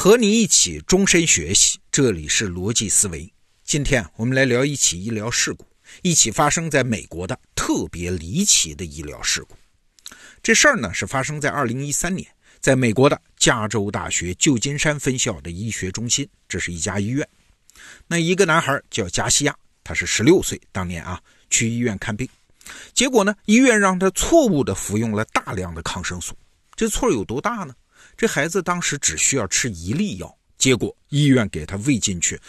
和你一起终身学习，这里是逻辑思维。今天我们来聊一起医疗事故，一起发生在美国的特别离奇的医疗事故。这事儿呢是发生在2013年，在美国的加州大学旧金山分校的医学中心，这是一家医院。那一个男孩叫加西亚，他是16岁，当年去医院看病，结果呢医院让他错误地服用了大量的抗生素。这错有多大呢？这孩子当时只需要吃1粒药，结果医院给他喂进去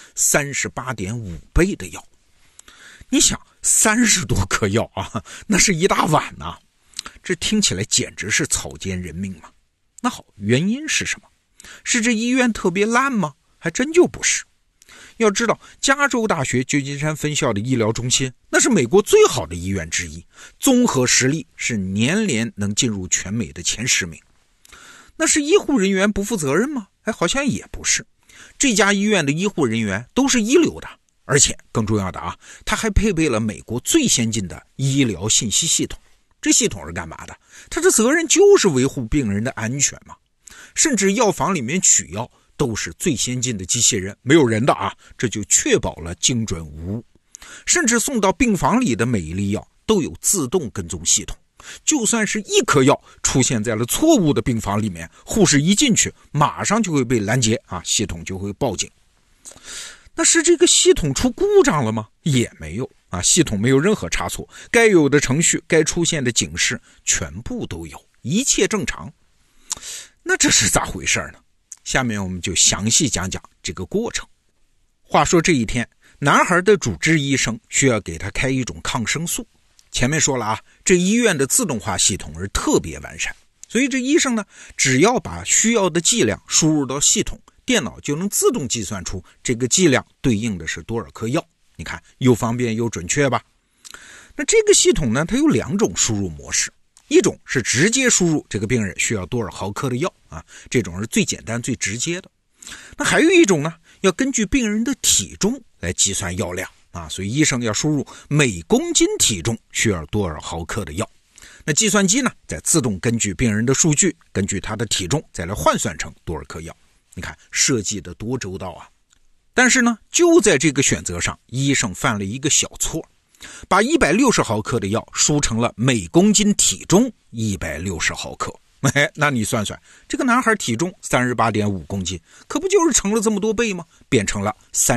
38.5 倍的药。你想30多颗药那是一大碗这听起来简直是草菅人命嘛。那好，原因是什么？是这医院特别烂吗？还真就不是。要知道加州大学旧金山分校的医疗中心，那是美国最好的医院之一，综合实力是年年能进入全美的前10名。那是医护人员不负责任吗？好像也不是。这家医院的医护人员都是一流的，而且更重要的它还配备了美国最先进的医疗信息系统。这系统是干嘛的？它的责任就是维护病人的安全嘛。甚至药房里面取药都是最先进的机器人，没有人的这就确保了精准无误。甚至送到病房里的每一粒药都有自动跟踪系统，就算是一颗药出现在了错误的病房里面，护士一进去马上就会被拦截系统就会报警。那是这个系统出故障了吗？也没有系统没有任何差错，该有的程序该出现的警示全部都有，一切正常。那这是咋回事呢？下面我们就详细讲讲这个过程。话说这一天，男孩的主治医生需要给他开一种抗生素。前面说了这医院的自动化系统是特别完善，所以这医生呢，只要把需要的剂量输入到系统，电脑就能自动计算出这个剂量对应的是多少颗药。你看又方便又准确吧？那这个系统呢，它有2种输入模式，一种是直接输入这个病人需要多少毫克的药这种是最简单最直接的。那还有一种呢，要根据病人的体重来计算药量所以医生要输入每公斤体重需要多少毫克的药。那计算机呢，再自动根据病人的数据，根据他的体重再来换算成多少颗药。你看设计的多周到但是呢，就在这个选择上，医生犯了一个小错，把160毫克的药输成了每公斤体重160毫克。那你算算，这个男孩体重 38.5 公斤，可不就是成了这么多倍吗？变成了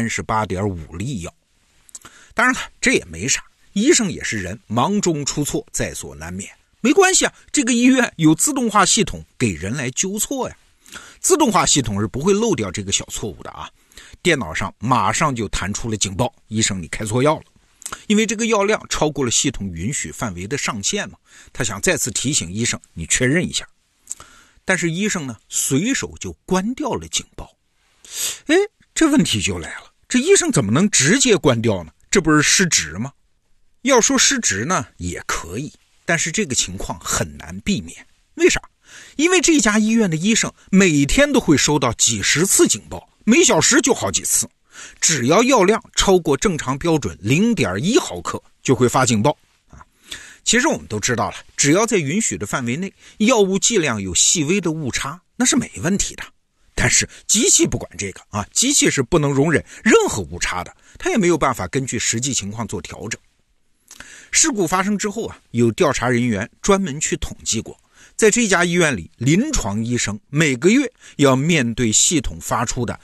38.5 粒药。当然了，这也没啥，医生也是人，忙中出错在所难免，没关系这个医院有自动化系统给人来纠错呀。自动化系统是不会漏掉这个小错误的电脑上马上就弹出了警报，医生你开错药了。因为这个药量超过了系统允许范围的上限嘛，他想再次提醒医生你确认一下。但是医生呢，随手就关掉了警报。这问题就来了，这医生怎么能直接关掉呢？这不是失职吗？要说失职呢也可以，但是这个情况很难避免。为啥？因为这家医院的医生每天都会收到几十次警报，每小时就好几次，只要药量超过正常标准 0.1 毫克就会发警报其实我们都知道了，只要在允许的范围内，药物剂量有细微的误差，那是没问题的。但是机器不管这个机器是不能容忍任何误差的，它也没有办法根据实际情况做调整。事故发生之后有调查人员专门去统计过，在这家医院里，临床医生每个月要面对系统发出的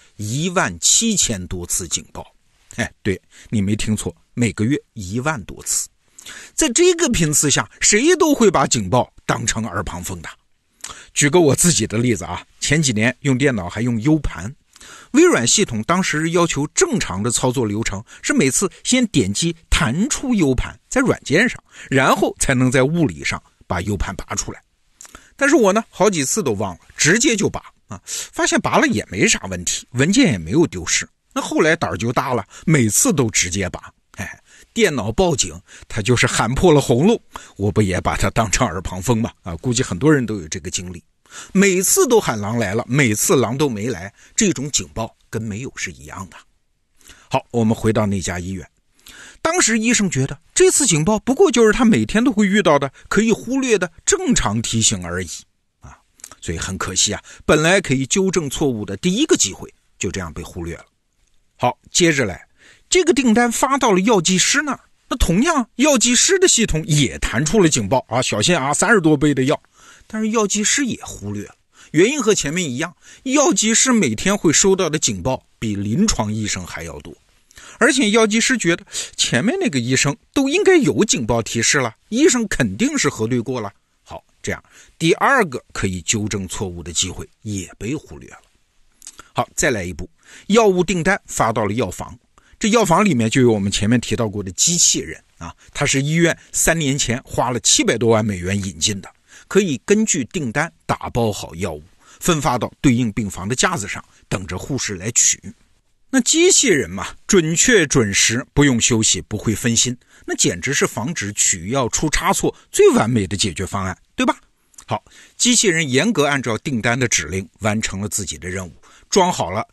17000多次警报。对，你没听错，每个月1万多次。在这个频次下，谁都会把警报当成耳旁风的。举个我自己的例子前几年用电脑还用 U 盘，微软系统当时要求正常的操作流程是每次先点击弹出 U 盘在软件上，然后才能在物理上把 U 盘拔出来。但是我呢好几次都忘了，直接就拔发现拔了也没啥问题，文件也没有丢失。那后来胆儿就大了，每次都直接拔。电脑报警，他就是喊破了喉咙，我不也把它当成耳旁风吗？估计很多人都有这个经历，每次都喊狼来了，每次狼都没来，这种警报跟没有是一样的。好，我们回到那家医院，当时医生觉得这次警报不过就是他每天都会遇到的可以忽略的正常提醒而已所以很可惜啊，本来可以纠正错误的第一个机会就这样被忽略了。好，接着来，这个订单发到了药剂师那儿，那同样药剂师的系统也弹出了警报啊，小心啊，30多杯的药，但是药剂师也忽略了。原因和前面一样，药剂师每天会收到的警报比临床医生还要多，而且药剂师觉得前面那个医生都应该有警报提示了，医生肯定是核对过了。好，这样第二个可以纠正错误的机会也被忽略了。好，再来一步，药物订单发到了药房，这药房里面就有我们前面提到过的机器人啊，它是医院3年前花了700多万美元引进的，可以根据订单打包好药物，分发到对应病房的架子上，等着护士来取。那机器人嘛，准确准时，不用休息，不会分心，那简直是防止取药出差错最完美的解决方案，对吧？好，机器人严格按照订单的指令完成了自己的任务，装好了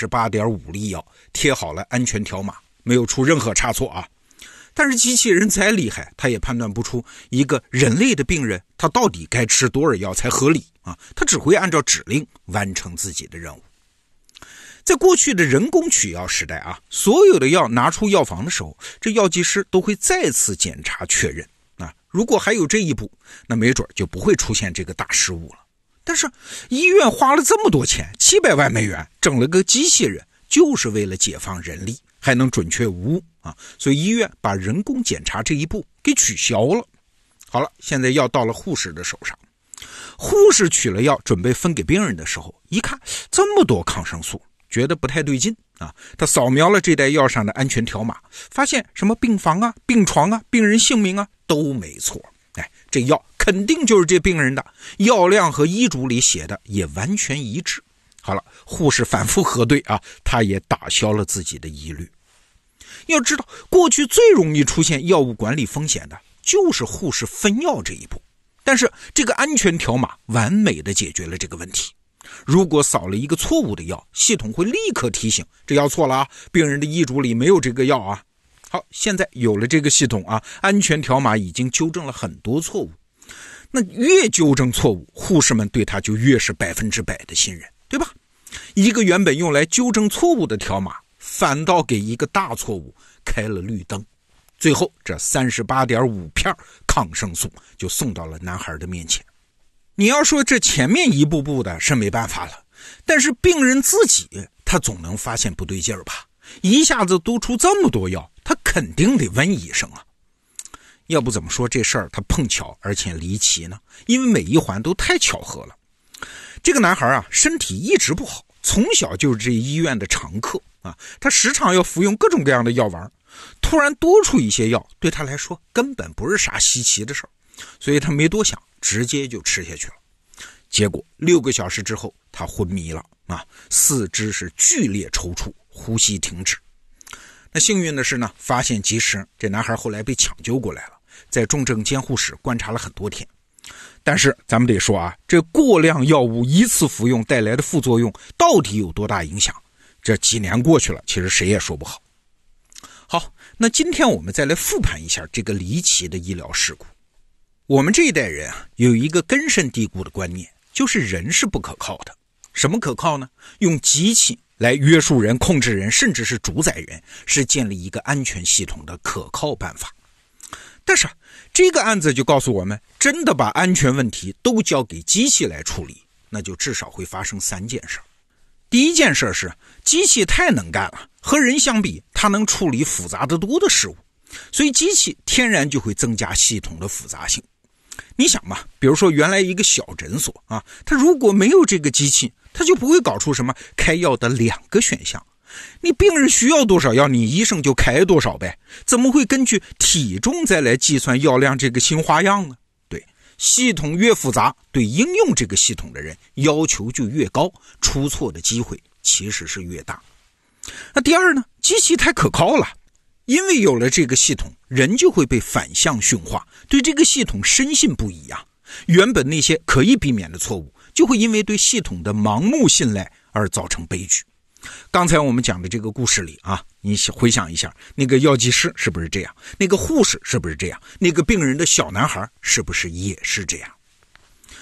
38.5 粒药，贴好了安全条码，没有出任何差错啊。但是机器人再厉害，他也判断不出一个人类的病人他到底该吃多少药才合理啊，他只会按照指令完成自己的任务。在过去的人工取药时代啊，所有的药拿出药房的时候，这药剂师都会再次检查确认啊。如果还有这一步，那没准就不会出现这个大失误了。但是医院花了这么多钱，700万美元整了个机器人，就是为了解放人力，还能准确无误啊，所以医院把人工检查这一步给取消了。好了，现在药到了护士的手上，护士取了药准备分给病人的时候，一看这么多抗生素，觉得不太对劲啊，他扫描了这袋药上的安全条码，发现什么病房啊、病床啊、病人姓名啊都没错。这药肯定就是这病人的，药量和医嘱里写的也完全一致。好了，护士反复核对啊，他也打消了自己的疑虑。要知道，过去最容易出现药物管理风险的就是护士分药这一步，但是这个安全条码完美的解决了这个问题。如果扫了一个错误的药，系统会立刻提醒这药错了啊，病人的医嘱里没有这个药啊。好，现在有了这个系统啊，安全条码已经纠正了很多错误。那越纠正错误，护士们对他就越是100%的信任，对吧？一个原本用来纠正错误的条码，反倒给一个大错误开了绿灯。最后这 38.5 片抗生素就送到了男孩的面前。你要说这前面一步步的是没办法了，但是病人自己他总能发现不对劲儿吧？一下子都出这么多药，他肯定得问医生啊。要不怎么说这事儿他碰巧而且离奇呢？因为每一环都太巧合了。这个男孩啊，身体一直不好，从小就是这医院的常客啊，他时常要服用各种各样的药丸，突然多出一些药，对他来说根本不是啥稀奇的事儿，所以他没多想，直接就吃下去了。结果6个小时之后，他昏迷了啊，四肢是剧烈抽搐，呼吸停止。那幸运的是呢，发现及时，这男孩后来被抢救过来了，在重症监护室观察了很多天。但是咱们得说啊，这过量药物一次服用带来的副作用到底有多大影响？这几年过去了，其实谁也说不好。好，那今天我们再来复盘一下这个离奇的医疗事故。我们这一代人啊，有一个根深蒂固的观念，就是人是不可靠的。什么可靠呢？用机器来约束人、控制人，甚至是主宰人，是建立一个安全系统的可靠办法。但是这个案子就告诉我们，真的把安全问题都交给机器来处理，那就至少会发生3件事。第一件事是，机器太能干了，和人相比，它能处理复杂得多的事物，所以机器天然就会增加系统的复杂性。你想嘛，比如说原来一个小诊所啊，它如果没有这个机器，它就不会搞出什么开药的2个选项。你病人需要多少药，你医生就开多少呗，怎么会根据体重再来计算药量这个新花样呢？对，系统越复杂，对应用这个系统的人要求就越高，出错的机会其实是越大。那第二呢，机器太可靠了，因为有了这个系统，人就会被反向驯化，对这个系统深信不疑啊。原本那些可以避免的错误，就会因为对系统的盲目信赖而造成悲剧。刚才我们讲的这个故事里啊，你回想一下，那个药剂师是不是这样？那个护士是不是这样？那个病人的小男孩是不是也是这样？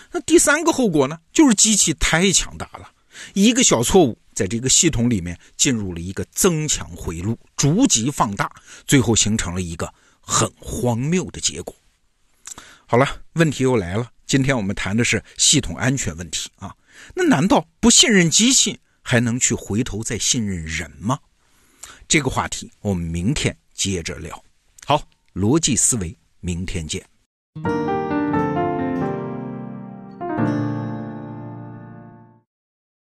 那第三个后果呢，就是机器太强大了，一个小错误在这个系统里面进入了一个增强回路，逐级放大，最后形成了一个很荒谬的结果。好了，问题又来了，今天我们谈的是系统安全问题啊。那难道不信任机器还能去回头再信任人吗？这个话题我们明天接着聊。好，逻辑思维，明天见。